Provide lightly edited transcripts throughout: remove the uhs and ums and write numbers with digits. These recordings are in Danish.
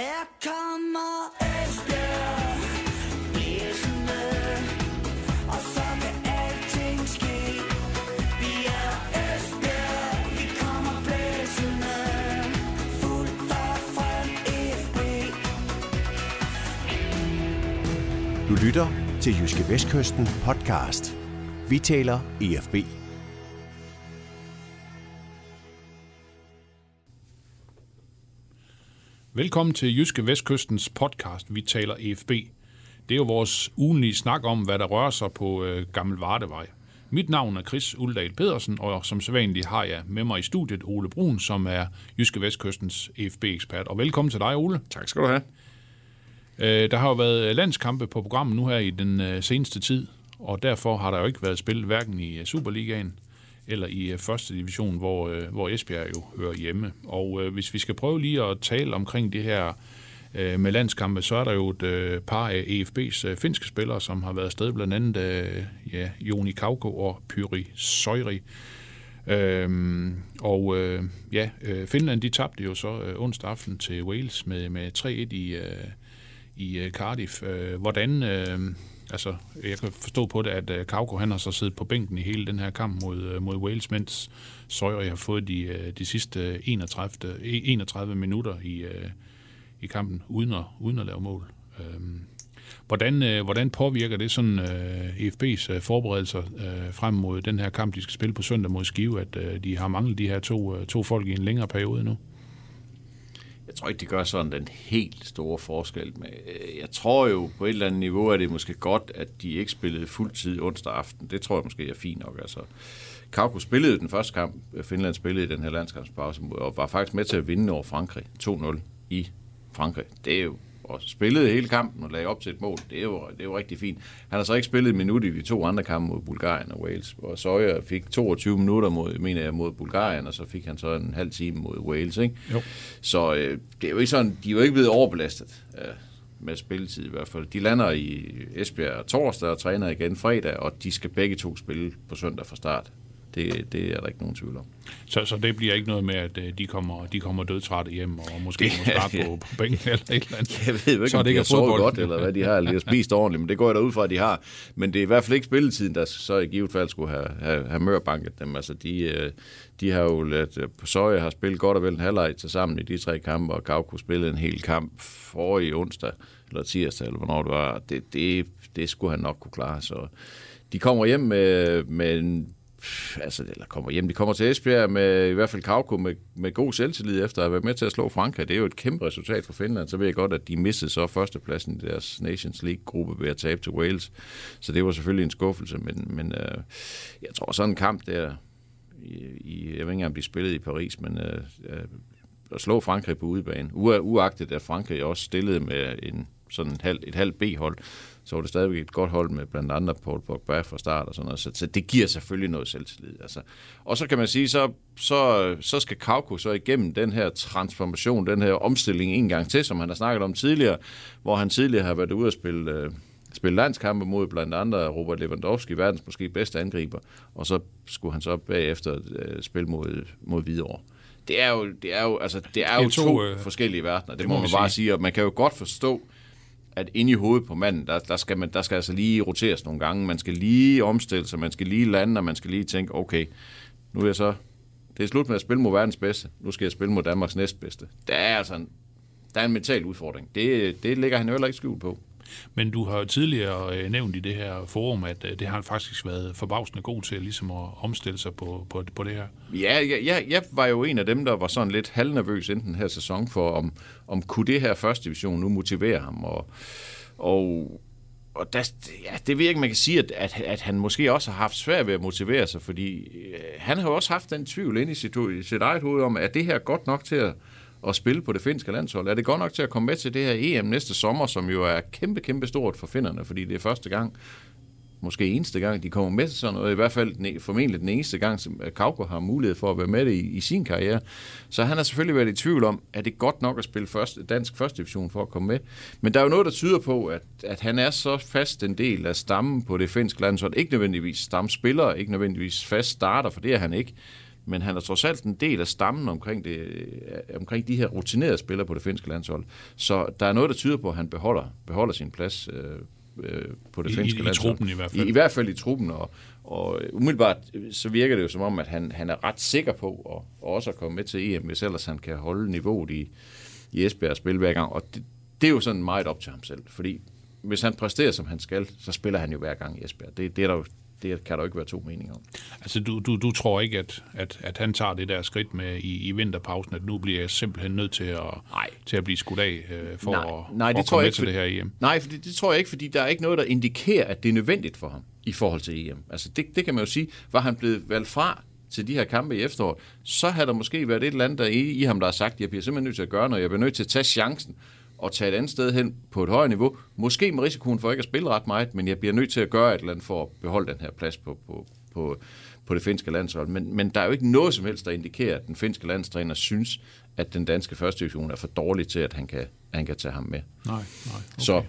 Her kommer Esbjerg blæsende, og så kan alting ske. Vi er Esbjerg, vi kommer blæsende, fuldt og frem FB. Du lytter til Jyske Vestkysten podcast. Vi taler EFB. Velkommen til Jyske Vestkystens podcast, Vi taler EFB. Det er jo vores ugenlige snak om, hvad der rører sig på Gammel Vardevej. Mit navn er Chris Uldal Pedersen, og som sædvanligt har jeg med mig i studiet Ole Brun, som er Jyske Vestkystens EFB-ekspert. Og velkommen til dig, Ole. Tak skal du have. Der har jo været landskampe på programmet nu her i den seneste tid, og derfor har der jo ikke været spillet hverken i Superligaen eller i første division, hvor Esbjerg jo hører hjemme. Og hvis vi skal prøve lige at tale omkring det her med landskampe, så er der jo et par af EFB's finske spillere, som har været afsted, blandt andet Joni Kauko og Pyri Soiri. Finland, de tabte jo så onsdag aften til Wales med 3-1 i Cardiff. Hvordan... jeg kan forstå på det, at Kauko han har så siddet på bænken i hele den her kamp mod Wales, mens Soiri har fået de sidste 31 minutter i kampen uden at lave mål. Hvordan påvirker det sådan EFB's forberedelser frem mod den her kamp, de skal spille på søndag mod Skive, at de har manglet de her to folk i en længere periode nu? Jeg tror ikke, det gør sådan den helt store forskel. Men jeg tror jo på et eller andet niveau, at det måske godt, at de ikke spillede fuldtid onsdag aften. Det tror jeg måske er fint nok. Altså, Kauko spillede den første kamp, Finland spillede i den her landskampspause, og var faktisk med til at vinde over Frankrig. 2-0 i Frankrig. Det er jo og spillede hele kampen og lagde op til et mål. Det er jo rigtig fint. Han har så ikke spillet et minut i de to andre kampe mod Bulgarien og Wales. Og Soya fik 22 minutter mod Bulgarien, og så fik han så en halv time mod Wales. Ikke? Jo. Så det er jo ikke sådan, de er jo ikke blevet overbelastet med spilletid i hvert fald. De lander i Esbjerg torsdag og træner igen fredag, og de skal begge to spille på søndag fra start. Det er der ikke nogen tvivl om. Så det bliver ikke noget med, at de kommer dødtrætte hjem, og måske må starte på bænken eller et eller andet. Jeg ved ikke, så om de har sovet godt, eller hvad de har, eller de har spist ordentligt, men det går jeg derud fra, at de har. Men det er i hvert fald ikke spilletiden, der så i givet fald skulle have mørbanket dem. Altså, de har jo Soya har spillet godt og vel en halvleg til sammen i de tre kampe, og Kauko spillede en hel kamp forrige onsdag, eller tirsdag, eller hvornår det var. Det skulle han nok kunne klare. Så de kommer hjem de kommer til Esbjerg med i hvert fald Kauko med god selvtillid efter at have været med til at slå Frankrig. Det er jo et kæmpe resultat for Finland. Så ved jeg godt, at de missede så førstepladsen i deres Nations League-gruppe ved at tabe til Wales. Så det var selvfølgelig en skuffelse, men jeg tror sådan en kamp der, jeg ved ikke engang, om de spillede i Paris, men at slå Frankrig på udebane, uagtet at Frankrig også stillede med et halvt B-hold, så var det stadigvæk et godt hold med blandt andre Paul Pogba fra start og sådan noget. Så det giver selvfølgelig noget selvtillid. Altså. Og så kan man sige, så skal Kauko så igennem den her transformation, den her omstilling en gang til, som han har snakket om tidligere, hvor han tidligere har været ude at spille landskampe mod blandt andre Robert Lewandowski, verdens måske bedste angriber, og så skulle han så bagefter spille mod Hvidovre. Det er jo to forskellige verdener, det må man bare sige, og man kan jo godt forstå, at inde i hovedet på manden, der skal altså lige roteres nogle gange. Man skal lige omstille sig, man skal lige lande, og man skal lige tænke, okay, nu er det er slut med at spille mod verdens bedste. Nu skal jeg spille mod Danmarks næstbedste. Der er en mental udfordring. Det lægger han jo heller ikke skjult på. Men du har jo tidligere nævnt i det her forum, at det har faktisk været forbavsende god til ligesom at omstille sig på det her. Ja, jeg var jo en af dem, der var sådan lidt halvnervøs inden den her sæson for, om kunne det her første division nu motivere ham. Og det virker, man kan sige, at han måske også har haft svært ved at motivere sig, fordi han har jo også haft den tvivl inde i sit eget hoved om, at det her godt nok til at spille på det finske landshold? Er det godt nok til at komme med til det her EM næste sommer, som jo er kæmpe, kæmpe stort for finnerne, fordi det er første gang, måske eneste gang, de kommer med til sådan noget, i hvert fald formentlig den eneste gang, som Kauko har mulighed for at være med det i sin karriere. Så han har selvfølgelig været i tvivl om, at det godt nok at spille dansk første division for at komme med. Men der er jo noget, der tyder på, at han er så fast en del af stammen på det finske landshold. Ikke nødvendigvis stamspiller, ikke nødvendigvis fast starter, for det er han ikke. men han er trods alt en del af stammen omkring de her rutinerede spillere på det finske landshold. Så der er noget, der tyder på, at han beholder sin plads på det finske landshold. I truppen i hvert fald. I hvert fald i truppen, og umiddelbart så virker det jo som om, at han er ret sikker på at også komme med til EM, hvis ellers han kan holde niveauet i Esbjerg og spille hver gang. Og det er jo sådan meget op til ham selv, fordi hvis han præsterer, som han skal, så spiller han jo hver gang i Esbjerg. Det kan der jo ikke være to meninger om. Altså, du tror ikke, at han tager det der skridt med i vinterpausen, at nu bliver jeg simpelthen nødt til at blive skudt af for at komme med til det her EM? Nej, for det tror jeg ikke, fordi der er ikke noget, der indikerer, at det er nødvendigt for ham i forhold til EM. Altså, det kan man jo sige. Var han blevet valgt fra til de her kampe i efteråret, så havde der måske været et eller andet der i ham, der har sagt, jeg bliver simpelthen nødt til at gøre noget, jeg bliver nødt til at tage chancen og tage et andet sted hen på et højere niveau. Måske med risikoen for ikke at spille ret meget, men jeg bliver nødt til at gøre et eller andet for at beholde den her plads på det finske landshold. Men der er jo ikke noget som helst, der indikerer, at den finske landstræner synes, at den danske første division er for dårlig til, at han kan tage ham med. Nej, okay. Så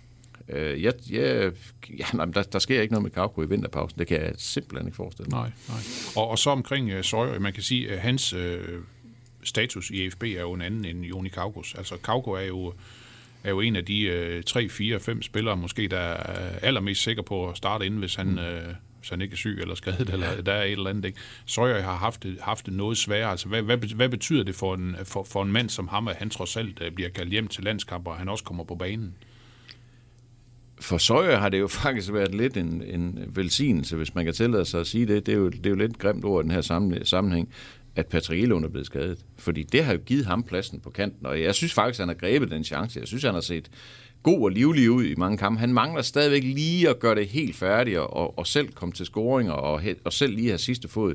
der sker ikke noget med Kauko i vinterpausen. Det kan jeg simpelthen ikke forestille mig. Nej. Og så omkring Søjer, man kan sige, at hans status i EFB er jo en anden end Joni Kaukos. Altså Kauko er jo en af de 3, 4, 5 spillere, måske der er allermest sikker på at starte inden, hvis han ikke er syg eller skadet, eller der er et eller andet. Ikke? Søjer har haft det noget sværere. Altså, hvad betyder det for en mand som ham, at han trods alt bliver kaldt hjem til landskamper, og han også kommer på banen? For Søjer har det jo faktisk været lidt en velsignelse, hvis man kan tillade sig at sige det. Det er jo lidt et grimt ord i den her sammenhæng, at Patrick Egelund er blevet skadet. Fordi det har jo givet ham pladsen på kanten, og jeg synes faktisk, han har grebet den chance. Jeg synes, han har set god og livlig ud i mange kampe. Han mangler stadigvæk lige at gøre det helt færdigt, og selv komme til scoringer, og selv lige have sidste fod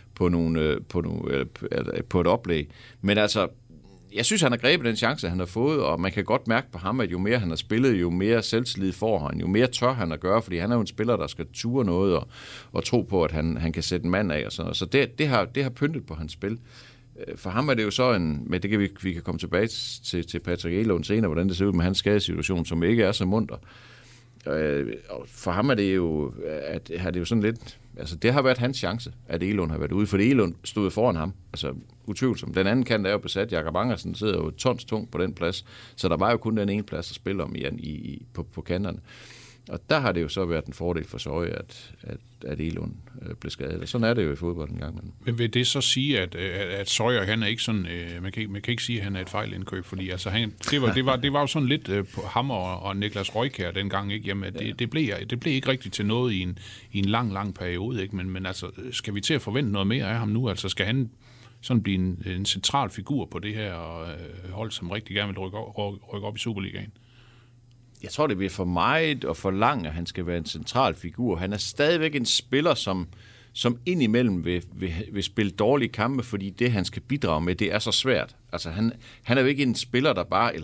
på et oplæg. Men altså, jeg synes, han har grebet den chance, han har fået, og man kan godt mærke på ham, at jo mere han har spillet, jo mere selvtillid får han, jo mere tør han at gøre, fordi han er jo en spiller, der skal ture noget og tro på, at han kan sætte en mand af. Og sådan noget. Så det har pyntet på hans spil. For ham er det jo så men det kan vi kan komme tilbage til Patrick Egelund senere, hvordan det ser ud med hans skadesituation, som ikke er så munter. For ham er det jo, sådan lidt, altså det har været hans chance, at Egelund har været ude, for Egelund stod foran ham, altså utvivlsomt. Den anden kant er jo besat, Jakob Angersen sidder jo tons tung på den plads, så der var jo kun den ene plads at spille om på kanterne. Og der har det jo så været en fordel for Søje, at Egelund blev skadet. Og sådan er det jo i fodbold en gang. Men vil det så sige, at Søje, han er ikke sådan, man kan ikke sige, at han er et fejlindkøb, fordi altså, det var jo sådan lidt på ham og Niklas Røykjær dengang, ikke? Jamen, det blev ikke rigtigt til noget i en lang periode, ikke? Men altså, skal vi til at forvente noget mere af ham nu? Altså, skal han sådan blive en central figur på det her hold, som rigtig gerne vil rykke op i Superligaen? Jeg tror, det bliver for meget og for langt, at han skal være en central figur. Han er stadigvæk en spiller, som indimellem vil spille dårlige kampe, fordi det, han skal bidrage med, det er så svært. Altså, han er jo ikke en spiller,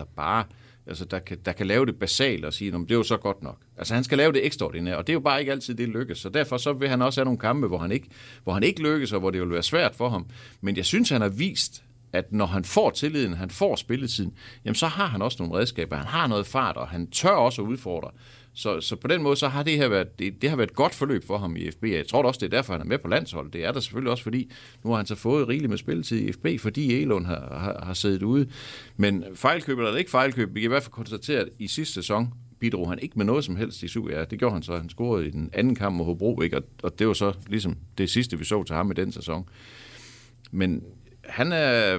der kan lave det basalt og sige, at det er jo så godt nok. Altså, han skal lave det ekstraordinære, og det er jo bare ikke altid, det lykkes. Så derfor så vil han også have nogle kampe, hvor han ikke lykkes, og hvor det vil være svært for ham. Men jeg synes, han har vist, at når han får tilliden, han får spilletiden, jamen så har han også nogle redskaber, han har noget fart, og han tør også at udfordre. Så på den måde, så har det her været et godt forløb for ham i FB. Jeg tror også, det er derfor, han er med på landsholdet. Det er der selvfølgelig også, fordi nu har han så fået rigeligt med spilletid i FB, fordi Egelund har siddet ude. Men fejlkøb eller ikke fejlkøb, vi kan i hvert fald konstatere, at i sidste sæson bidrog han ikke med noget som helst i Super. Ja, det gjorde han så. Han scorede i den anden kamp mod Hobro, ikke? Og det var så ligesom det sidste, vi så til ham i den sæson. Men han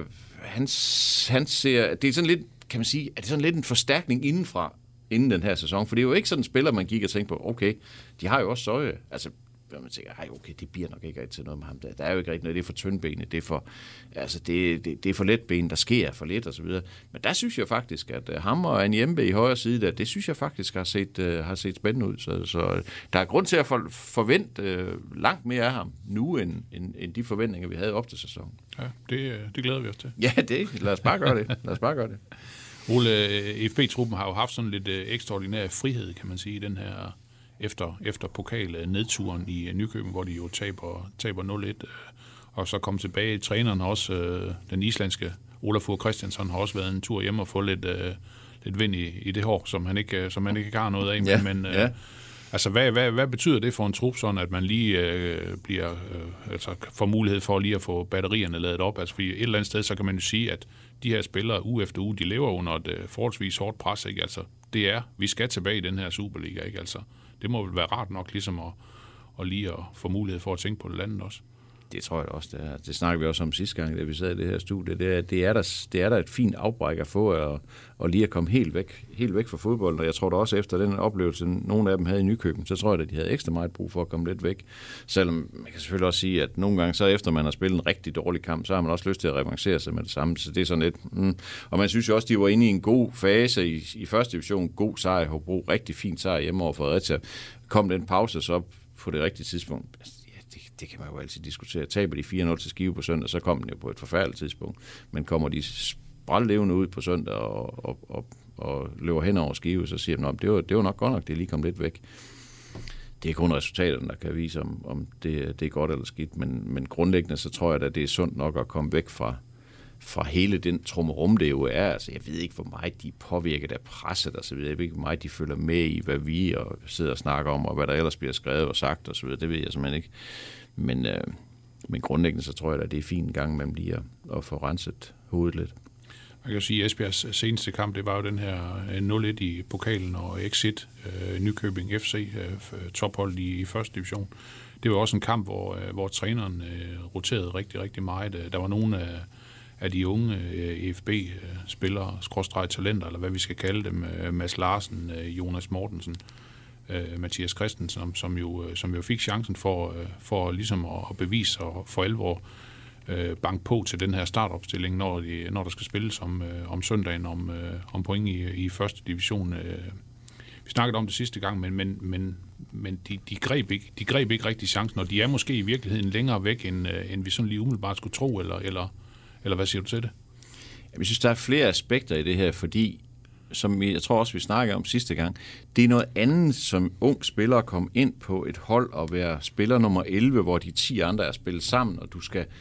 ser, det er sådan lidt, kan man sige, er det sådan lidt en forstærkning indenfra, inden den her sæson, for det er jo ikke sådan en spiller, man gik og tænkte på, okay, de har jo også Søje, altså, man tænker, okay, det bliver nok ikke rigtig til noget med ham, der er jo ikke rigtig noget, det er for tyndbenet, det er for letbenet, der sker for let og så videre, men der synes jeg faktisk, at ham og Anjembe i højre side, det synes jeg faktisk har set spændende ud, så der er grund til at forvente langt mere af ham nu, end de forventninger, vi havde op til sæsonen. Ja, det glæder vi os til. Ja, lad os bare gøre det. Ole, FB-truppen har jo haft sådan lidt ekstraordinær frihed, kan man sige, den her efter pokal-nedturen i Nykøbing, hvor de jo taber 0-1, og så kom tilbage. Træneren også, den islandske Olafur Christiansson, har også været en tur hjem og få lidt vind i det hår, som han ikke har noget af. Ja, men Altså, hvad betyder det for en trup, sådan at man lige får mulighed for lige at få batterierne ladet op? Altså, fordi et eller andet sted, så kan man jo sige, at de her spillere uge efter uge, de lever under et forholdsvis hårdt pres, ikke? Altså, vi skal tilbage i den her Superliga, ikke? Altså, det må vel være rart nok ligesom at lige at få mulighed for at tænke på det andet også. Det tror jeg også, det er. Det snakker vi også om sidste gang, da vi sad i det her studie. Det er der et fint afbræk at få, og lige at komme helt væk fra fodbold. Og jeg tror da også, efter den oplevelse, nogle af dem havde i Nykøbing, så tror jeg, at de havde ekstra meget brug for at komme lidt væk. Selvom man kan selvfølgelig også sige, at nogle gange, så efter man har spillet en rigtig dårlig kamp, så har man også lyst til at revancere sig med det samme. Så det er sådan lidt... Og man synes jo også, de var inde i en god fase i første division. God sejr i Hobro. Rigtig fint sejr hjemme over Fredericia. Kom den pause så på det rigtige tidspunkt. Det kan man jo altid diskutere. Taber de 4-0 til Skive på søndag, så kommer den jo på et forfærdeligt tidspunkt. Men kommer de sprællevende ud på søndag og løber hen over Skive, så siger de, at det var nok godt nok, det er lige kommet lidt væk. Det er kun resultaterne, der kan vise, om det er godt eller skidt. Men grundlæggende, så tror jeg, at det er sundt nok at komme væk fra hele den trummerum, det jo er. Altså, jeg ved ikke, hvor meget de er påvirket af presset og så videre. Jeg ved ikke, hvor meget de følger med i, hvad vi sidder og snakker om, og hvad der ellers bliver skrevet og sagt og så videre. Det ved jeg simpelthen ikke. Men grundlæggende, så tror jeg, at det er fint en gang mellem lige at få renset hovedet lidt. Man kan sige, at Esbjergs seneste kamp, det var jo den her 0-1 i pokalen og Exit, Nykøbing FC, tophold i første division. Det var også en kamp, hvor træneren roterede rigtig, rigtig meget. Der var nogle af de unge EFB-spillere, /talenter, eller hvad vi skal kalde dem, Mads Larsen, Jonas Mortensen, Mathias Christensen, som jo fik chancen for ligesom at bevise og for alvor banke på til den her startopstilling, når der skal spilles om søndagen om point i første division. Vi snakkede om det sidste gang, men de greb ikke rigtig chancen, og de er måske i virkeligheden længere væk, end vi sådan lige umiddelbart skulle tro, eller hvad siger du til det? Jeg synes, der er flere aspekter i det her, fordi som jeg tror også, vi snakkede om sidste gang, det er noget andet, som ung spiller kom ind på et hold og være spiller nummer 11, hvor de 10 andre er spillet sammen, og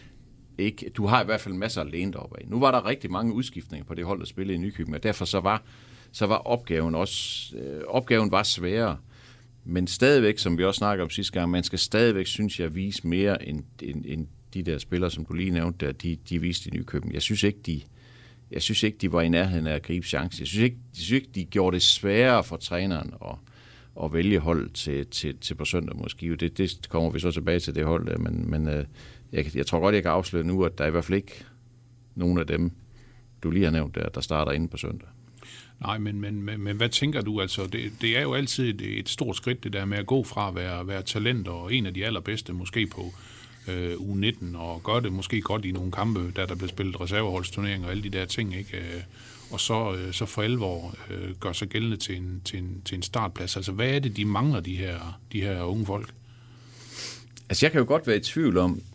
du har i hvert fald masser at læne dig op af. Nu var der rigtig mange udskiftninger på det hold, der spillede i Nykøbing, og derfor så var opgaven også, opgaven var sværere. Men stadigvæk, som vi også snakkede om sidste gang, man skal stadigvæk, synes jeg, vise mere end de der spillere, som du lige nævnte, der de viste i Nykøbing. Jeg synes ikke, de var i nærheden af at gribe chancen. Jeg synes ikke, de gjorde det sværere for træneren at vælge hold til på søndag måske. Det kommer vi så tilbage til det hold der, men jeg tror godt, jeg kan afsløre nu, at der er i hvert fald ikke nogen af dem, du lige har nævnt, der starter inde på søndag. Nej, men hvad tænker du? Altså, det er jo altid et stort skridt, det der med at gå fra at være talent og en af de allerbedste måske på U19, og gør det måske godt i nogle kampe, der bliver spillet reserveholdsturneringer og alle de der ting, ikke? Og så for alvor gør sig gældende til en startplads. Altså, hvad er det, de mangler, de her unge folk? Altså, jeg kan jo godt være i tvivl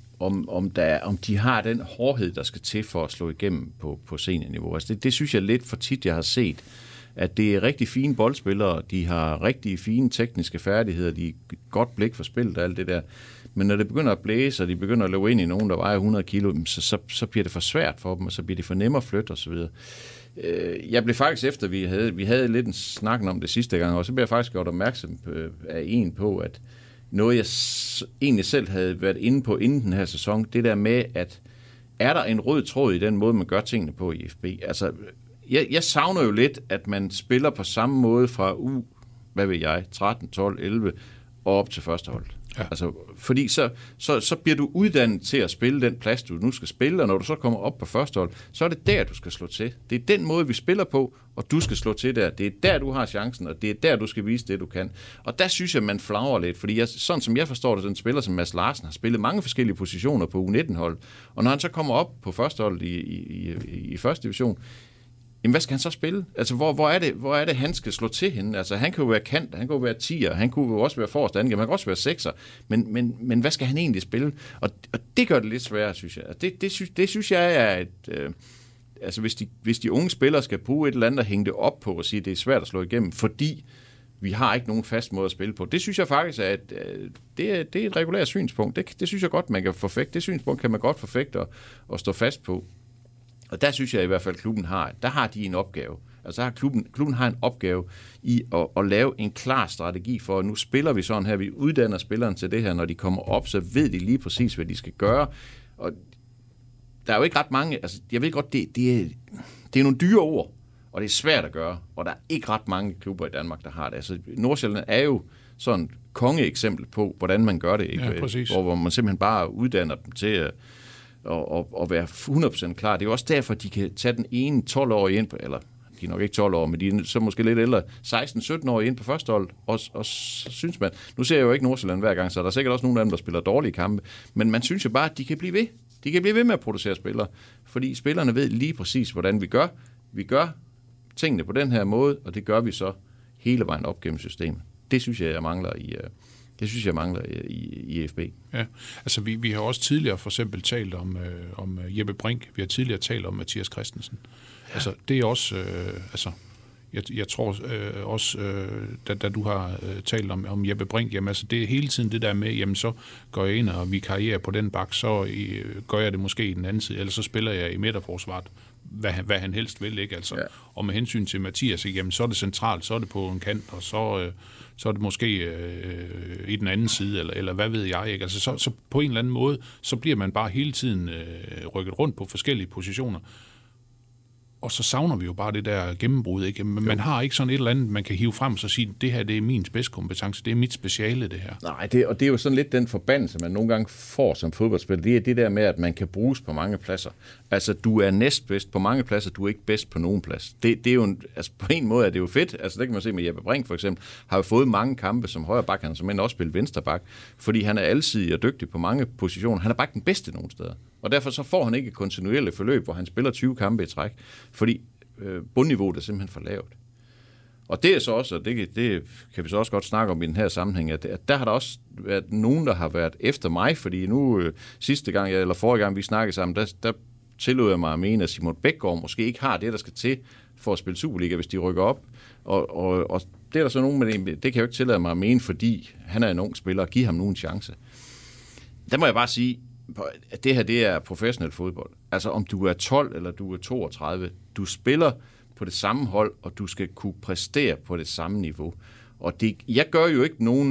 om de har den hårdhed, der skal til for at slå igennem på seniorniveau. Altså, det synes jeg lidt for tit, jeg har set, at det er rigtig fine boldspillere, de har rigtig fine tekniske færdigheder, de er godt blik for spillet og alt det der. Men når det begynder at blæse, og de begynder at løbe ind i nogen, der vejer 100 kilo, så bliver det for svært for dem, og så bliver det for nemmere at flytte osv. Jeg blev faktisk efter, vi havde lidt en snakken om det sidste gang, og så blev jeg faktisk gjort opmærksom af en på, at noget jeg egentlig selv havde været inde på inden den her sæson, det der med, at er der en rød tråd i den måde, man gør tingene på i FB? Altså, jeg savner jo lidt, at man spiller på samme måde fra 13, 12, 11 og op til første hold. Ja. Altså, fordi så bliver du uddannet til at spille den plads, du nu skal spille, og når du så kommer op på første hold, så er det der, du skal slå til. Det er den måde, vi spiller på, og du skal slå til der. Det er der, du har chancen, og det er der, du skal vise det, du kan. Og der synes jeg, man flagrer lidt, fordi sådan som jeg forstår det, den spiller som Mads Larsen har spillet mange forskellige positioner på U19-hold, og når han så kommer op på første hold i første division, jamen, hvad skal han så spille? Altså, hvor er det, han skal slå til hende? Altså, han kan jo være kant, han kan jo være tier, han kunne jo også være forrest angriber, han kan også være sekser, men hvad skal han egentlig spille? Og det gør det lidt sværere, synes jeg. Det synes jeg er et... altså, hvis de unge spillere skal bruge et eller andet at hænge det op på og sige, at det er svært at slå igennem, fordi vi har ikke nogen fast måde at spille på. Det synes jeg faktisk er det er et regulært synspunkt. Det synes jeg godt, man kan forfægte. Det synspunkt kan man godt forfægte og stå fast på. Og der synes jeg i hvert fald, at klubben har de en opgave. Altså klubben har en opgave i at lave en klar strategi for, at nu spiller vi sådan her, vi uddanner spillerne til det her, når de kommer op, så ved de lige præcis, hvad de skal gøre. Og der er jo ikke ret mange, altså jeg ved godt, det er nogle dyre ord, og det er svært at gøre, og der er ikke ret mange klubber i Danmark, der har det. Altså Nordsjælland er jo sådan et kongeeksempel på, hvordan man gør det, ikke? Ja, hvor man simpelthen bare uddanner dem til at være 100% klar. Det er jo også derfor, de kan tage den ene 12-årige ind på, eller de er nok ikke 12 år, men de er så måske lidt ældre, 16-17 år ind på første hold, og så synes man, nu ser jeg jo ikke Nordsjælland hver gang, så der er sikkert også nogle af dem, der spiller dårlige kampe, men man synes jo bare, at de kan blive ved. De kan blive ved med at producere spillere, fordi spillerne ved lige præcis, hvordan vi gør. Vi gør tingene på den her måde, og det gør vi så hele vejen op gennem systemet. Det synes jeg mangler i FB. Ja, altså vi har også tidligere for eksempel talt om Jeppe Brink. Vi har tidligere talt om Mathias Christensen. Ja. Altså det er også jeg tror også da du har talt om Jeppe Brink, jamen altså det er hele tiden det der med, jamen så går jeg ind og vikarierer på den bak, så gør jeg det måske i den anden side, eller så spiller jeg i midterforsvaret, hvad han helst vil, ikke? Altså, ja. Og med hensyn til Mathias, jamen, så er det centralt, så er det på en kant, og så er det måske i den anden side, eller hvad ved jeg, ikke? Altså, så på en eller anden måde, så bliver man bare hele tiden rykket rundt på forskellige positioner. Og så savner vi jo bare det der gennembrud, ikke? Man har ikke sådan et eller andet, man kan hive frem og så sige, det her, det er min spidskompetence, det er mit speciale, det her. Nej, og det er jo sådan lidt den forbandelse, man nogle gange får som fodboldspiller. Det er det der med, at man kan bruges på mange pladser. Altså, du er næstbedst på mange pladser, du er ikke bedst på nogen plads. Det er jo, altså på en måde er det jo fedt. Altså, det kan man se med Jeppe Brink for eksempel, har jo fået mange kampe som højre bak, han har som end også spillet venstre bak, fordi han er alsidig og dygtig på mange positioner. Han er bare ikke den bedste nogen steder. Og derfor så får han ikke et kontinuerligt forløb, hvor han spiller 20 kampe i træk, fordi bundniveauet er simpelthen for lavt. Og det er så også, og det kan vi så også godt snakke om i den her sammenhæng, at der har der også været nogen, der har været efter mig, fordi nu sidste gang, eller forrige gang vi snakkede sammen, der tillod jeg mig at mene, at Simon Bækgaard måske ikke har det, der skal til for at spille Superliga, hvis de rykker op. Og det er der så nogen med det kan jeg jo ikke tillade mig at mene, fordi han er en ung spiller, og give ham nu en chance. Der må jeg bare sige, at det her, det er professionel fodbold. Altså om du er 12 eller du er 32, du spiller på det samme hold, og du skal kunne præstere på det samme niveau. Og jeg gør jo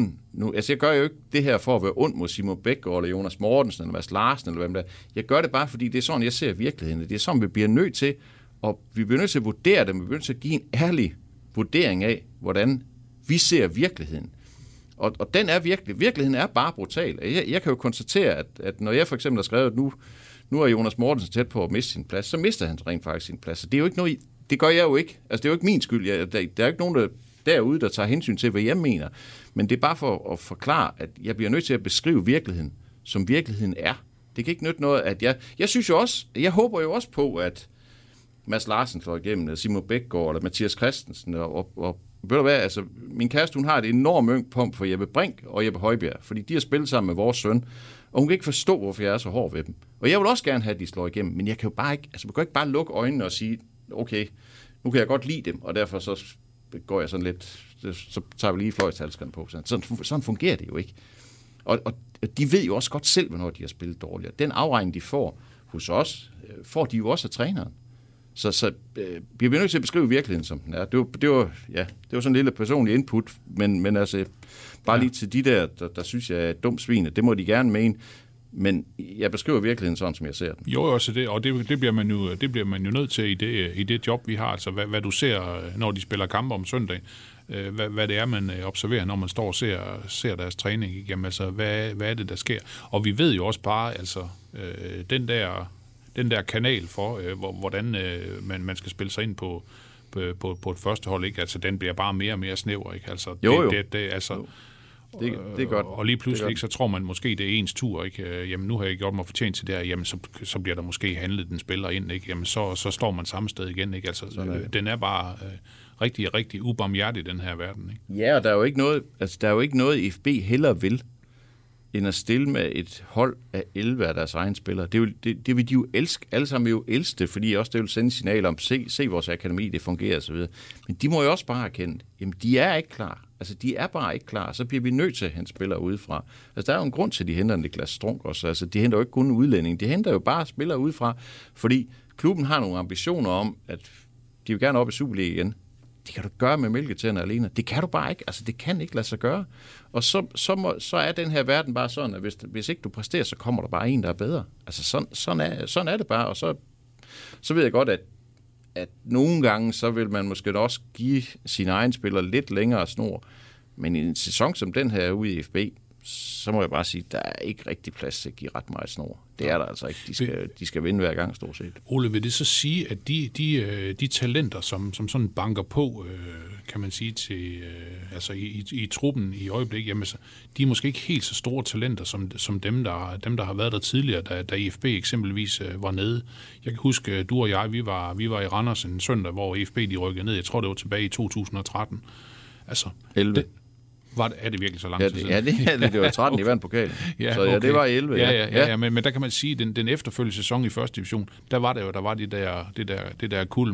ikke det her for at være ond mod Simon Bækgaard, eller Jonas Mortensen, eller Mads Larsen, eller hvem der. Jeg gør det bare, fordi det er sådan, jeg ser virkeligheden. Det er sådan, vi bliver nødt til, og vi bliver nødt til at vurdere det, vi bliver nødt til at give en ærlig vurdering af, hvordan vi ser virkeligheden. Og den er virkeligheden er bare brutal. Jeg kan jo konstatere, at når jeg for eksempel har skrevet, at nu er Jonas Mortensen tæt på at miste sin plads, så mister han rent faktisk sin plads. Så det er jo ikke noget, det gør jeg jo ikke. Altså det er jo ikke min skyld. Der er ikke nogen derude, der tager hensyn til, hvad jeg mener. Men det er bare for at forklare, at jeg bliver nødt til at beskrive virkeligheden, som virkeligheden er. Det kan ikke nytte noget, at jeg synes jo også, jeg håber jo også på, at Mads Larsen slår igennem, eller Simon Bækgaard, eller Mathias Christensen, og ved du hvad, altså, min kæreste, hun har et enormt yndpump for Jeppe Brink og Jeppe Højbjerg, fordi de har spillet sammen med vores søn, og hun kan ikke forstå, hvorfor jeg er så hård ved dem. Og jeg vil også gerne have, at de slår igennem, men jeg kan jo bare ikke, altså man kan ikke bare lukke øjnene og sige, okay, nu kan jeg godt lide dem, og derfor så går jeg sådan lidt, så tager vi lige fløjtshalskerne på. Sådan fungerer det jo ikke. Og de ved jo også godt selv, hvornår de har spillet dårligere. Den afregning, de får hos os, får de jo også af træneren. Så vi bliver nødt til at beskrive virkeligheden, som den er. Det var sådan en lille personlig input, men altså, bare lige til de der synes jeg er et dumt svin, det må de gerne mene, men jeg beskriver virkeligheden sådan, som jeg ser den. Jo, også det, og det bliver man jo nødt til i det job, vi har, altså hvad du ser, når de spiller kampe om søndag, hvad det er, man observerer, når man står og ser deres træning igennem, altså hvad er det, der sker? Og vi ved jo også bare, altså den der kanal for, hvordan man skal spille sig ind på et første hold, ikke? Altså, den bliver bare mere og mere snæver, ikke? Altså, det er godt. Og lige pludselig, ikke, så tror man måske, det er ens tur, ikke? Jamen, nu har jeg gjort mig fortjent til det her, jamen, så bliver der måske handlet den spiller ind, ikke? Jamen, så står man samme sted igen, ikke? Altså, den er bare rigtig, rigtig ubarmhjertig, den her verden, ikke? Ja, og der er jo ikke noget FB hellere vil, end at stille med et hold af 11 af deres egne spillere. Det vil de jo elske. Alle sammen vil jo elske det, fordi også det vil sende signaler om, se vores akademi, det fungerer osv. Men de må jo også bare erkende, jamen de er ikke klar. Altså de er bare ikke klar. Så bliver vi nødt til at hente spillere udefra. Altså der er jo en grund til, at de henter Niklas Strunk også. Altså de henter jo ikke kun udlænding. De henter jo bare spillere udefra, fordi klubben har nogle ambitioner om, at de vil gerne op i Superliga igen. Det kan du gøre med mælketænder alene. Det kan du bare ikke. Altså, det kan ikke lade sig gøre. Og så er den her verden bare sådan, at hvis ikke du præsterer, så kommer der bare en, der er bedre. Altså, sådan er det bare. Og så ved jeg godt, at nogle gange, så vil man måske også give sine egne spillere lidt længere snor. Men i en sæson som den her ude i FB, så må jeg bare sige, at der er ikke rigtig plads til at give ret meget snor. Det er der altså ikke. De skal vinde hver gang, stort set. Ole, vil det så sige, at de talenter, som sådan banker på, kan man sige, til, altså i truppen i øjeblikket, jamen, så, de er måske ikke helt så store talenter, som dem, der har været der tidligere, da IFB eksempelvis var nede. Jeg kan huske, du og jeg, vi var i Randers en søndag, hvor IFB de rykkede ned. Jeg tror, det var tilbage i 2013. Altså, 11. Er det virkelig så lang tid siden? Ja, det var 13 i vandt pokalen. Ja, så ja, det var 11. Ja, men der kan man sige, at den efterfølgende sæson i første division, der var det der kul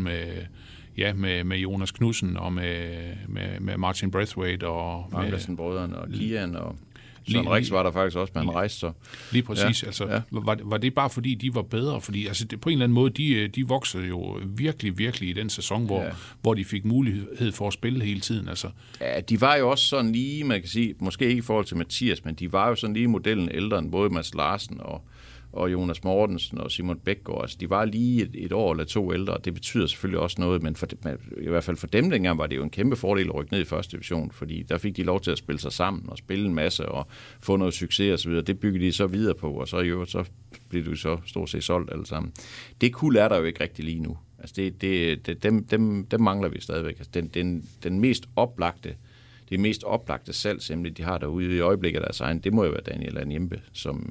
med Jonas Knudsen og med Martin Braithwaite og Magnussen-brødrene og Kian og Søren Rix var der faktisk også, men han rejste så. Lige præcis. Var det bare fordi, de var bedre? Fordi altså, på en eller anden måde, de voksede jo virkelig, virkelig i den sæson, hvor de fik mulighed for at spille hele tiden. Altså. Ja, de var jo også sådan lige, man kan sige, måske ikke i forhold til Mathias, men de var jo sådan lige modellen ældre end både Mads Larsen og Jonas Mortensen og Simon Bækgaard. Altså, de var lige et år eller to ældre, og det betyder selvfølgelig også noget, men i hvert fald for dem dengang var det jo en kæmpe fordel at rykke ned i første division, fordi der fik de lov til at spille sig sammen og spille en masse og få noget succes og så videre. Det byggede de så videre på, og så blev du så stort set solgt alle sammen. Det kul er der jo ikke rigtig lige nu. Altså, dem mangler vi stadigvæk. Altså, den mest oplagte, det mest oplagte salgsemne, de har derude i øjeblikket af deres egen, det må jo være Daniel Anjembe,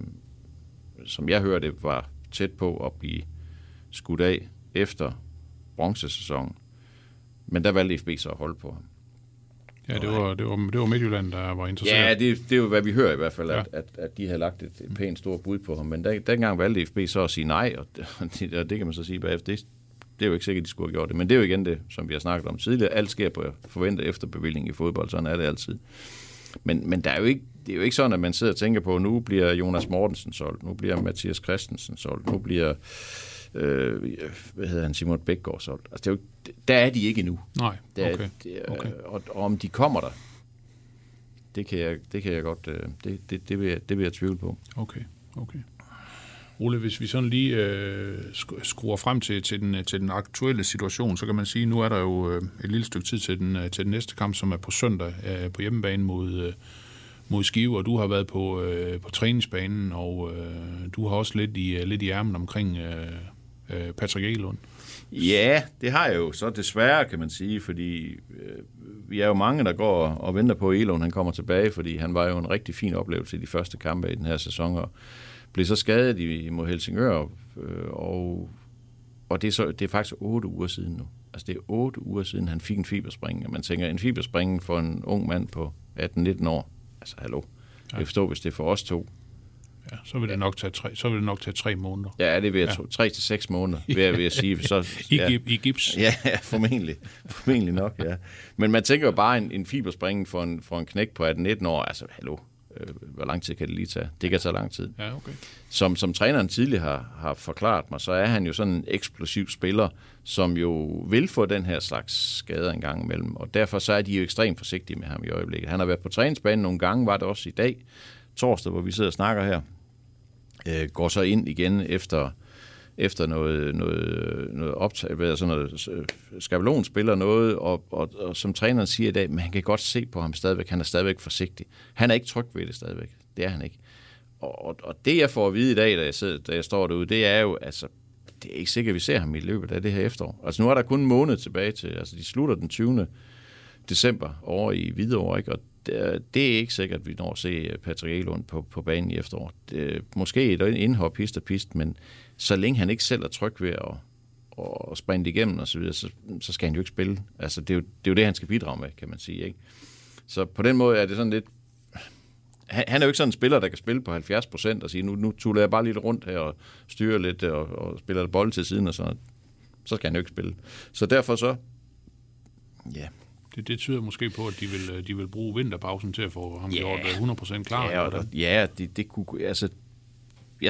som jeg hørte, var tæt på at blive skudt af efter bronzesæsonen. Men der valgte FB så at holde på ham. Ja, det var Midtjylland, der var interesseret. Ja, det er jo, hvad vi hører i hvert fald, at de havde lagt et pænt stort bud på ham. Men dengang valgte FB så at sige nej, og det kan man så sige bagefter. Det er jo ikke sikkert, at de skulle have gjort det. Men det er jo igen det, som vi har snakket om tidligere. Alt sker på forventet efterbevilling i fodbold, sådan er det altid. Men der er jo ikke, det er jo ikke sådan, at man sidder og tænker på, nu bliver Jonas Mortensen solgt, nu bliver Mathias Christensen solgt, nu bliver Simon Bækgaard solgt. Altså, det er jo, der er de ikke endnu. Nej, okay. Og om de kommer der, det kan jeg godt, det vil jeg tvivle på. Okay. Ole, hvis vi sådan lige skruer frem til den aktuelle situation, så kan man sige, nu er der jo et lille stykke tid til den næste kamp, som er på søndag på hjemmebane mod Skive, og du har været på træningsbanen, og du har også lidt i ærmen omkring Patrick Egelund. Ja, det har jeg jo så desværre, kan man sige, fordi vi er jo mange, der går og venter på, at Egelund han kommer tilbage, fordi han var jo en rigtig fin oplevelse i de første kampe i den her sæson, og blev så skadet mod Helsingør, og det er faktisk 8 uger siden nu. Altså det er 8 uger siden, han fik en fiberspring, og man tænker, en fiberspring for en ung mand på 18-19 år, altså hallo, jeg forstår, hvis det er for os to. Ja, så vil det nok tage 3 måneder. Ja, det vil jeg 3 til 6 måneder, vil jeg sige. Så, I gips? Ja, formentlig nok, ja. Men man tænker jo bare, en fiberspring for en knæk på 18-19 år, altså hallo, hvor lang tid kan det lige tage? Det kan tage lang tid. Ja, okay. Som træneren tidligere har forklaret mig, så er han jo sådan en eksplosiv spiller, som jo vil få den her slags skader en gang imellem, og derfor så er de jo ekstremt forsigtige med ham i øjeblikket. Han har været på træningsbanen nogle gange, var det også i dag, torsdag, hvor vi sidder og snakker her, går så ind igen efter noget optag, sådan noget skabelon spiller noget, og som træneren siger i dag, men han kan godt se på ham stadigvæk, han er stadigvæk forsigtig. Han er ikke tryg ved det stadigvæk. Det er han ikke. Og det jeg får at vide i dag, da jeg står derude, det er jo, altså, det er ikke sikkert, at vi ser ham i løbet af det her efterår. Altså nu er der kun en måned tilbage til, altså de slutter den 20. december over i Hvidovre, ikke? Og det er ikke sikkert, at vi når at se Patrick Egelund på banen i efterår. Måske et indhop pist og pist, men så længe han ikke selv er tryg ved at springe det igennem og så videre, så skal han jo ikke spille. Altså det er jo det, han skal bidrage med, kan man sige, ikke? Så på den måde er det sådan lidt. Han er jo ikke sådan en spiller, der kan spille på 70% og sige, nu tuller jeg bare lidt rundt her og styrer lidt og spiller bold til siden og sådan. Så skal han jo ikke spille. Så derfor så, ja. Det tyder måske på, at de vil bruge vinterpausen til at få ham gjort 100% klar. Ja, det kunne, altså,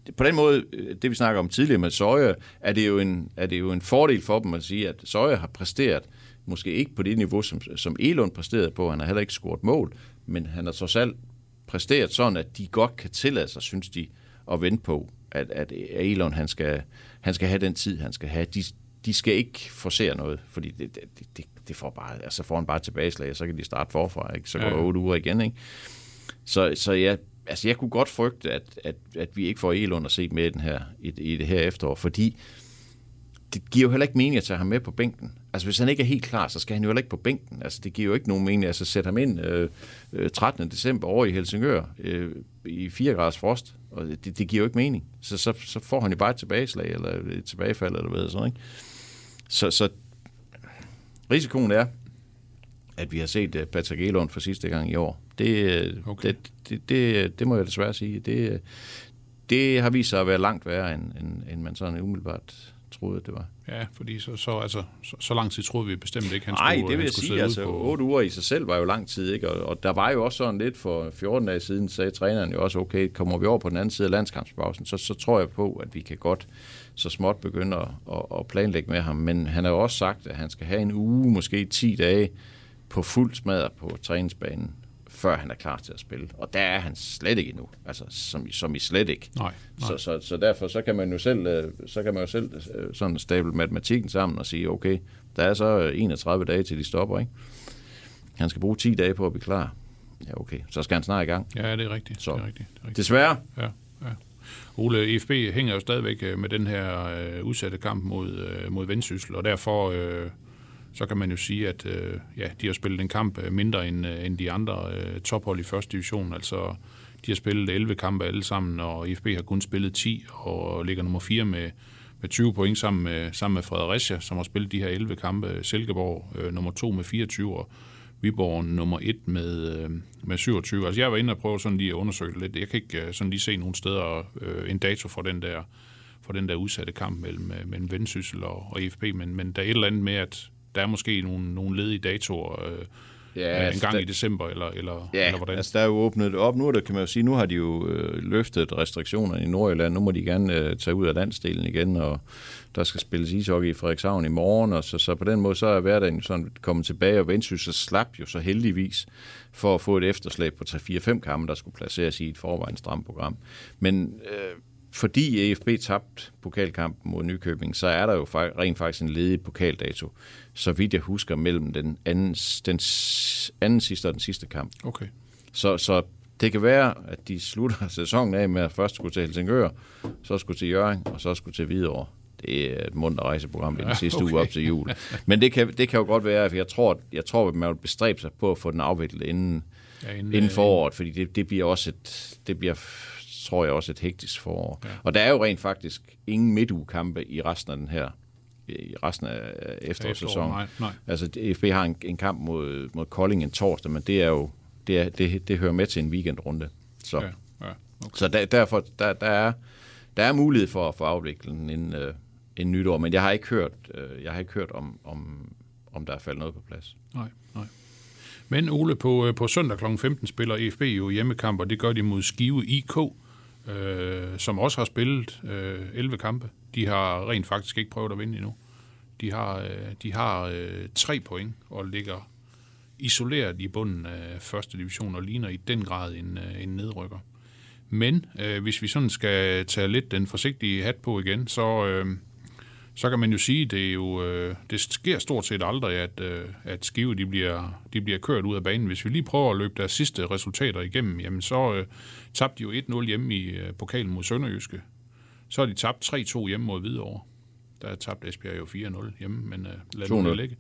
på den måde, det vi snakker om tidligere med Søje, er det jo en fordel for dem at sige, at Søje har præsteret, måske ikke på det niveau, som Elund præsterede på. Han har heller ikke scoret mål, men han har trods alt præsteret sådan, at de godt kan tillade sig, synes de, at vente på, at Elund, han skal have den tid, han skal have. De skal ikke forcere noget, fordi det får bare, altså får han bare tilbageslag, og så kan de starte forfra, ikke? Så går der 8 uger igen, ikke? Så jeg kunne godt frygte, at vi ikke får Elund at se med i det her efterår, fordi det giver jo heller ikke mening at tage ham med på bænken. Altså, hvis han ikke er helt klar, så skal han jo heller ikke på bænken. Altså, det giver jo ikke nogen mening. Altså, sætte ham ind 13. december over i Helsingør i 4 graders frost, og det giver jo ikke mening. Så får han jo bare et tilbageslag, eller et tilbagefald, eller hvad sådan, ikke? Så risikoen er, at vi har set Patrick Elund for sidste gang i år. Det må jeg desværre sige. Det har vist sig at være langt værre, end man sådan umiddelbart troede, det var. Ja, fordi så lang tid troede vi bestemt ikke, han skulle. Nej, det vil jeg sige, altså 8 uger i sig selv var jo lang tid, ikke? Og der var jo også sådan lidt for 14 dage siden, sagde træneren jo også, okay, kommer vi over på den anden side af landskampspausen, så tror jeg på, at vi kan godt så småt begynde at planlægge med ham. Men han har jo også sagt, at han skal have en uge, måske 10 dage, på fuld smadre på træningsbanen, før han er klar til at spille. Og der er han slet ikke endnu. Altså, som i slet ikke. Nej. Så derfor så kan man jo selv sådan stable matematikken sammen og sige, okay, der er så 31 dage til de stopper, ikke? Han skal bruge 10 dage på at blive klar. Ja, okay. Så skal han snart i gang. Ja, det er rigtigt. Så det er rigtigt. desværre. Ja. Ole, EFB hænger jo stadigvæk med den her udsatte kamp mod Vendsyssel, og derfor så kan man jo sige, at de har spillet en kamp mindre end de andre tophold i første division. Altså, de har spillet 11 kampe alle sammen, og EFB har kun spillet 10 og ligger nummer 4 med 20 point sammen med Fredericia, som har spillet de her 11 kampe. Silkeborg nummer 2 med 24, og Viborg nummer 1 med 27. Altså, jeg var inde og prøve sådan lige at undersøge det lidt. Jeg kan ikke sådan lige se nogen steder en dato for den der udsatte kamp mellem Vendsyssel og EFB, men der er et eller andet med, at der er måske nogle ledige datoer en gang i december, eller hvordan? Altså der er jo åbnet op. Nu kan man jo sige, nu har de jo løftet restriktionerne i Nordjylland. Nu må de gerne tage ud af landsdelen igen, og der skal spilles ishockey i Frederikshavn i morgen, og så på den måde, så er hverdagen sådan kommet tilbage, og Vendsyssel slap jo så heldigvis for at få et efterslæb på 3-4-5 kampe, der skulle placeres i et forvejen stramt program. Men fordi EFB tabte pokalkampen mod Nykøbing, så er der jo rent faktisk en ledig pokaldato, så vidt jeg husker, mellem den anden sidste og den sidste kamp. Okay. Så det kan være, at de slutter sæsonen af med at først skulle til Helsingør, så skulle til Hjørring, og så skulle til Hvidovre. Det er et mundt rejseprogram i den sidste uge op til jul. Men det kan jo godt være, for jeg tror, at man vil bestræbe sig på at få den afviklet inden foråret, fordi det bliver også tror jeg også et hektisk forår. Ja. Og der er jo rent faktisk ingen midtugekampe i resten af efterårssæsonen. Nej. Altså EFB har en kamp mod Kolding en torsdag, men det er jo det hører med til en weekendrunde. Så okay. Så derfor der er mulighed for at få afviklet en nytår, men jeg har ikke hørt om der er faldet noget på plads. Nej. Men Ole, på søndag kl. 15 spiller EFB jo hjemmekamp, og det gør de mod Skive IK, som også har spillet 11 kampe. De har rent faktisk ikke prøvet at vinde endnu. De har 3 point og ligger isoleret i bunden af første division og ligner i den grad en nedrykker. Men hvis vi sådan skal tage lidt den forsigtige hat på igen, så kan man jo sige, det sker stort set aldrig, at Skive de bliver kørt ud af banen. Hvis vi lige prøver at løbe deres sidste resultater igennem, jamen så tabte de jo 1-0 hjemme i pokalen mod Sønderjyske. Så har de tabt 3-2 hjemme mod Hvidovre. Der er tabt Esbjerg jo 4-0 hjemme, men lad det ligge.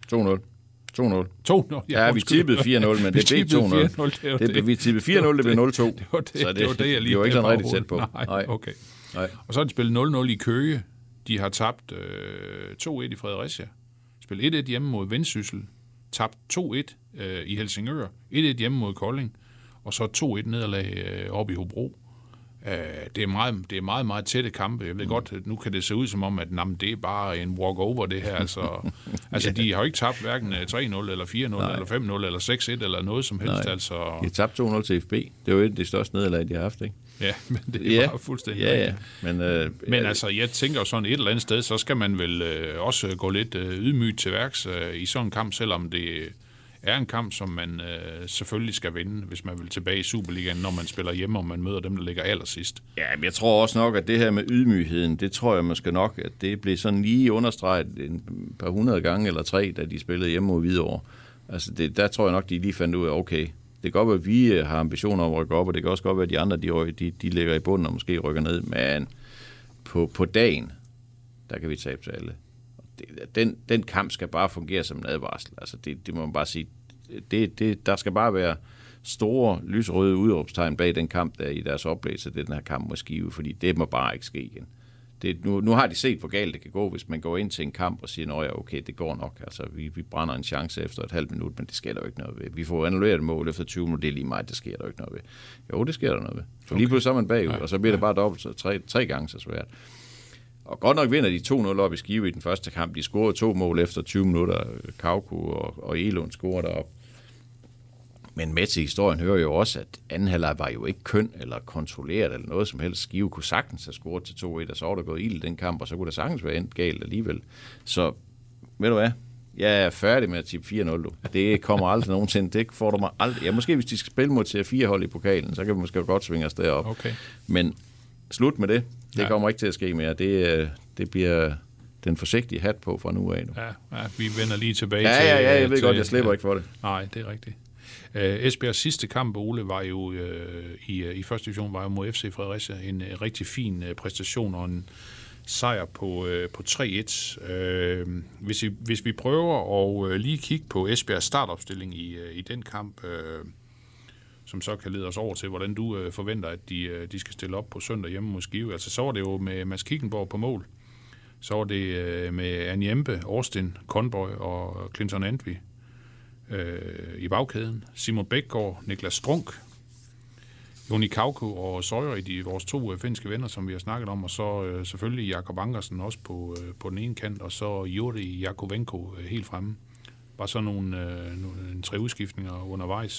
2-0. Ja, vi tippede 4-0, men det blev 2-0. Vi tippede 4-0, det blev 0-2. Det var det, jeg lige det var ikke sådan rigtig tæt på. Nej, okay. Nej. Og så har de spillet 0-0 i Køge. De har tabt 2-1 i Fredericia. Spillet 1-1 hjemme mod Vendsyssel. Tabt 2-1 i Helsingør. 1-1 hjemme mod Kolding. Og så 2-1 nederlag oppe i Hobro. Det er meget, meget tætte kampe. Jeg ved godt, at nu kan det se ud som om, at det er bare en walk-over, det her. Altså de har jo ikke tabt hverken 3-0, eller 4-0, eller 5-0, eller 6-1, eller noget som helst. Altså. De har tabt 2-0 til FB. Det er jo et af de største nederlag, de har haft, ikke? Ja, men det er bare fuldstændig rigtigt. Men altså, jeg tænker jo sådan et eller andet sted, så skal man vel også gå lidt ydmygt til værks i sådan en kamp, selvom det er en kamp, som man selvfølgelig skal vinde, hvis man vil tilbage i Superligaen, når man spiller hjemme, og man møder dem, der ligger allersidst. Ja, men jeg tror også nok, at det her med ydmygheden, det tror jeg måske nok, at det blev sådan lige understreget en par 100 gange eller 3, da de spillede hjemme mod Hvidovre. Altså, der tror jeg nok, de lige fandt ud af, okay, det kan godt være, at vi har ambitioner om at rykke op, og det kan også godt være, at de andre, de ligger i bunden og måske rykker ned, men på dagen, der kan vi tabe til alle. Den kamp skal bare fungere som en advarsel. Altså, det må man bare sige. Der skal bare være store, lysrøde udråbstegn bag den kamp, der i deres oplæg til den her kamp mod Skive, fordi det må bare ikke ske igen. Nu har de set, hvor galt det kan gå, hvis man går ind til en kamp og siger, ja, okay, det går nok. Altså, vi brænder en chance efter et halvt minut, men det sker der jo ikke noget ved. Vi får annulleret et mål efter 20 minutter, det er lige meget, det sker der jo ikke noget ved. Jo, det sker der noget ved. For lige pludselig så er man bagud, og så bliver det bare dobbelt så tre gange så svært. Og godt nok vinder de 2-0 op i Skive i den første kamp. De scorede 2 mål efter 20 minutter. Kauko og Elund scorede derop. Men med til historien hører jo også, at anden halvleg var jo ikke køn eller kontrolleret eller noget som helst. Skive kunne sagtens have scoret til 2-1, og så var der gået ild i den kamp, og så kunne der sagtens være endt galt alligevel. Så, ved du hvad? Jeg er færdig med at tippe 4-0, du. Det kommer aldrig nogensinde. Det får du mig aldrig. Ja, måske hvis de skal spille mod til 4-hold i pokalen, så kan vi måske godt svinge os derop. Okay. Men slut med det. Det kommer ikke til at ske mere. Det bliver den forsigtige hat på fra nu af. Ja, vi vender lige tilbage til... Ja, jeg ved godt, jeg slipper ikke for det. Nej, det er rigtigt. Esbjergs sidste kamp, Ole, var jo i første division, var jo mod FC Fredericia en rigtig fin præstation og en sejr på 3-1. Hvis vi prøver at lige kigge på Esbjergs startopstilling i den kamp, som så kan lede os over til, hvordan du forventer, at de skal stille op på søndag hjemme mod Skive. Altså, så var det jo med Mads Kickenborg på mål. Så var det med Anjempe, Austin, Conboy og Clinton Antwi i bagkæden. Simon Bækgaard, Niklas Strunk, Joni Kauko og Søjre, vores 2 finske venner, som vi har snakket om, og så selvfølgelig Jakob Ankersen også på den ene kant, og så Juri Jakovenko helt fremme. Bare sådan nogle 3 udskiftninger undervejs.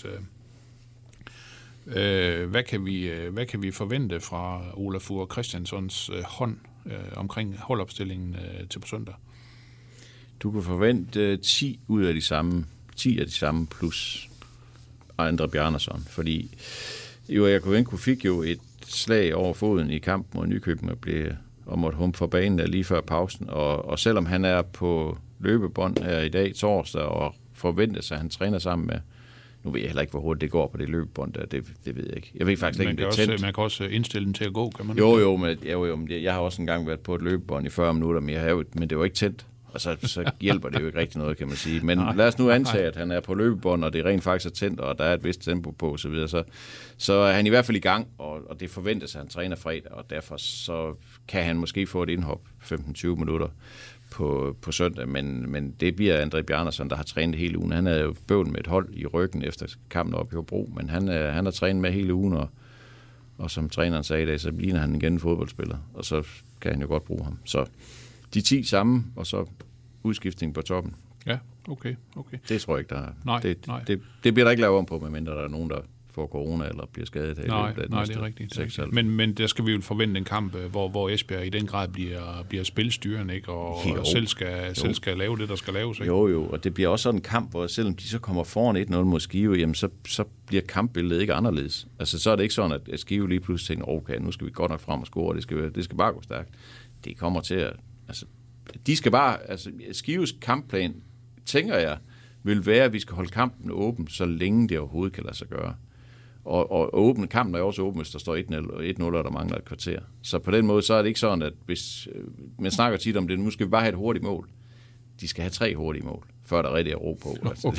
Hvad kan vi forvente fra Olafur Christiansons hånd omkring holdopstillingen til på søndag? Du kan forvente 10 af de samme plus Andre Bjarnason, fordi Jakovenko fik jo et slag over foden i kamp mod Nykøbing og måtte humpe for banen der lige før pausen, og selvom han er på løbebånd her i dag torsdag og forventer sig, at han træner sammen med, nu ved jeg heller ikke, hvor hurtigt det går på det løbebånd der, det ved jeg ikke. Jeg ved faktisk ikke, om det er tændt. Man kan også indstille den til at gå, kan man? Jo, jeg har også engang været på et løbebånd i 40 minutter, men det var ikke tændt. Og så hjælper det jo ikke rigtig noget, kan man sige. Men lad os nu antage, at han er på løbebånd, og det rent faktisk er tændt, og der er et vist tempo på osv., så er han i hvert fald i gang, og det forventes, at han træner fredag, og derfor så kan han måske få et indhop 15-20 minutter på søndag, men det bliver André Bjarnason, der har trænet hele ugen. Han er jo bøvlet med et hold i ryggen efter kampen op i Hobro, men han har trænet med hele ugen, og som træneren sagde i dag, så ligner han igen en fodboldspiller, og så kan han jo godt bruge ham. Så de 10 sammen, og så udskiftning på toppen. Ja, okay. Det tror jeg ikke, der er. Nej. Det bliver der ikke lavet om på, medmindre der er nogen, der får corona eller bliver skadet. Nej, det er rigtigt. Men der skal vi jo forvente en kamp, hvor Esbjerg i den grad bliver spilstyrende, ikke? Og selv skal lave det, der skal laves. Ikke? Jo, og det bliver også sådan en kamp, hvor selvom de så kommer foran 1-0 mod Skive, jamen så bliver kampbilledet ikke anderledes. Altså så er det ikke sådan, at Skive lige pludselig tænker, okay, nu skal vi godt nok frem og score, det skal bare gå stærkt. Det kommer til at... Altså, de skal bare... Altså, Skives kampplan, tænker jeg, vil være, at vi skal holde kampen åben, så længe det overhovedet kan lade sig gøre. Og åbne kampen er også åben, hvis der står 1-0, og der mangler et kvarter. Så på den måde, så er det ikke sådan, at hvis... Man snakker tit om det, nu skal vi bare have et hurtigt mål. De skal have 3 hurtige mål, før der rigtig er ro på. Altså,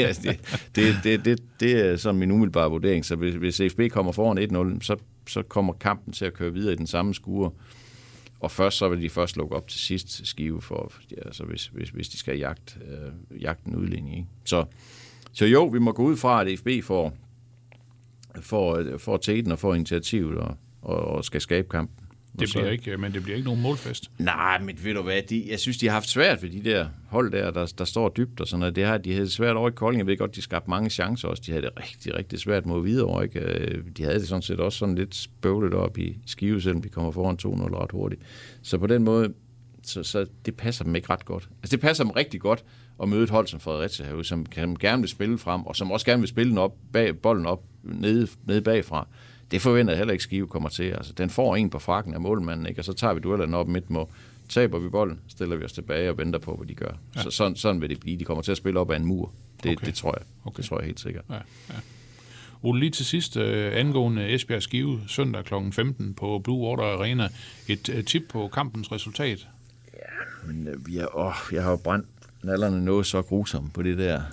det er sådan min umiddelbare vurdering. Så hvis FB kommer foran 1-0, så kommer kampen til at køre videre i den samme skure. Og først så vil de først lukke op til sidst Skive, hvis de skal jagte en udligning. Ikke? Så jo, vi må gå ud fra, at FB får tæten og får initiativet og skal skabe kampen. Det bliver ikke, men det bliver ikke nogen målfest. Nej, men ved du hvad, jeg synes, de har haft svært ved de der hold der står dybt og sådan noget. De havde svært over i Kolding. Jeg ved godt, de skabte mange chancer også. De havde det rigtig, rigtig svært mod Hvidovre, ikke? De havde det sådan set også sådan lidt spøvlet op i Skive, selvom de kommer foran 2-0 ret hurtigt. Så på den måde, så det passer dem ikke ret godt. Altså, det passer dem rigtig godt at møde et hold som Fredericia herude, som gerne vil spille frem, og som også gerne vil spille den op, bolden op nede bagfra. Det forventer jeg heller ikke, Skive kommer til. Altså, den får en på frakken af målmanden, ikke? Og så tager vi duellerne op midt mod. Taber vi bolden, stiller vi os tilbage og venter på, hvad de gør. Ja. Så sådan vil det blive. De kommer til at spille op ad en mur. Det tror jeg. Okay. Det tror jeg helt sikkert. Ja. Ole, lige til sidst, angående Esbjerg Skive, søndag kl. 15 på Blue Water Arena. Et tip på kampens resultat? Ja, men jeg har jo brændt nallerne noget så grusomt på det der.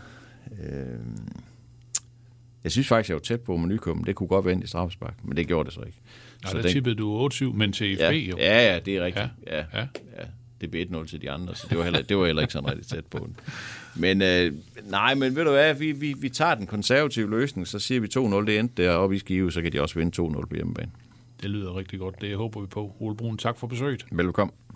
Jeg synes faktisk, jeg var tæt på med Nykøbing. Det kunne godt vende i straffespark, men det gjorde det så ikke. Ja, så der tippede du 8-7, men til IFB jo. Ja, det er rigtigt. Ja. Det blev 1-0 til de andre, så det var heller ikke sådan rigtig tæt på den. Men men ved du hvad, vi tager den konservative løsning, så siger vi 2-0, det endte deroppe i Skive, så kan de også vinde 2-0 på hjemmebane. Det lyder rigtig godt, det håber vi på. Ole Brun, tak for besøget. Velkommen.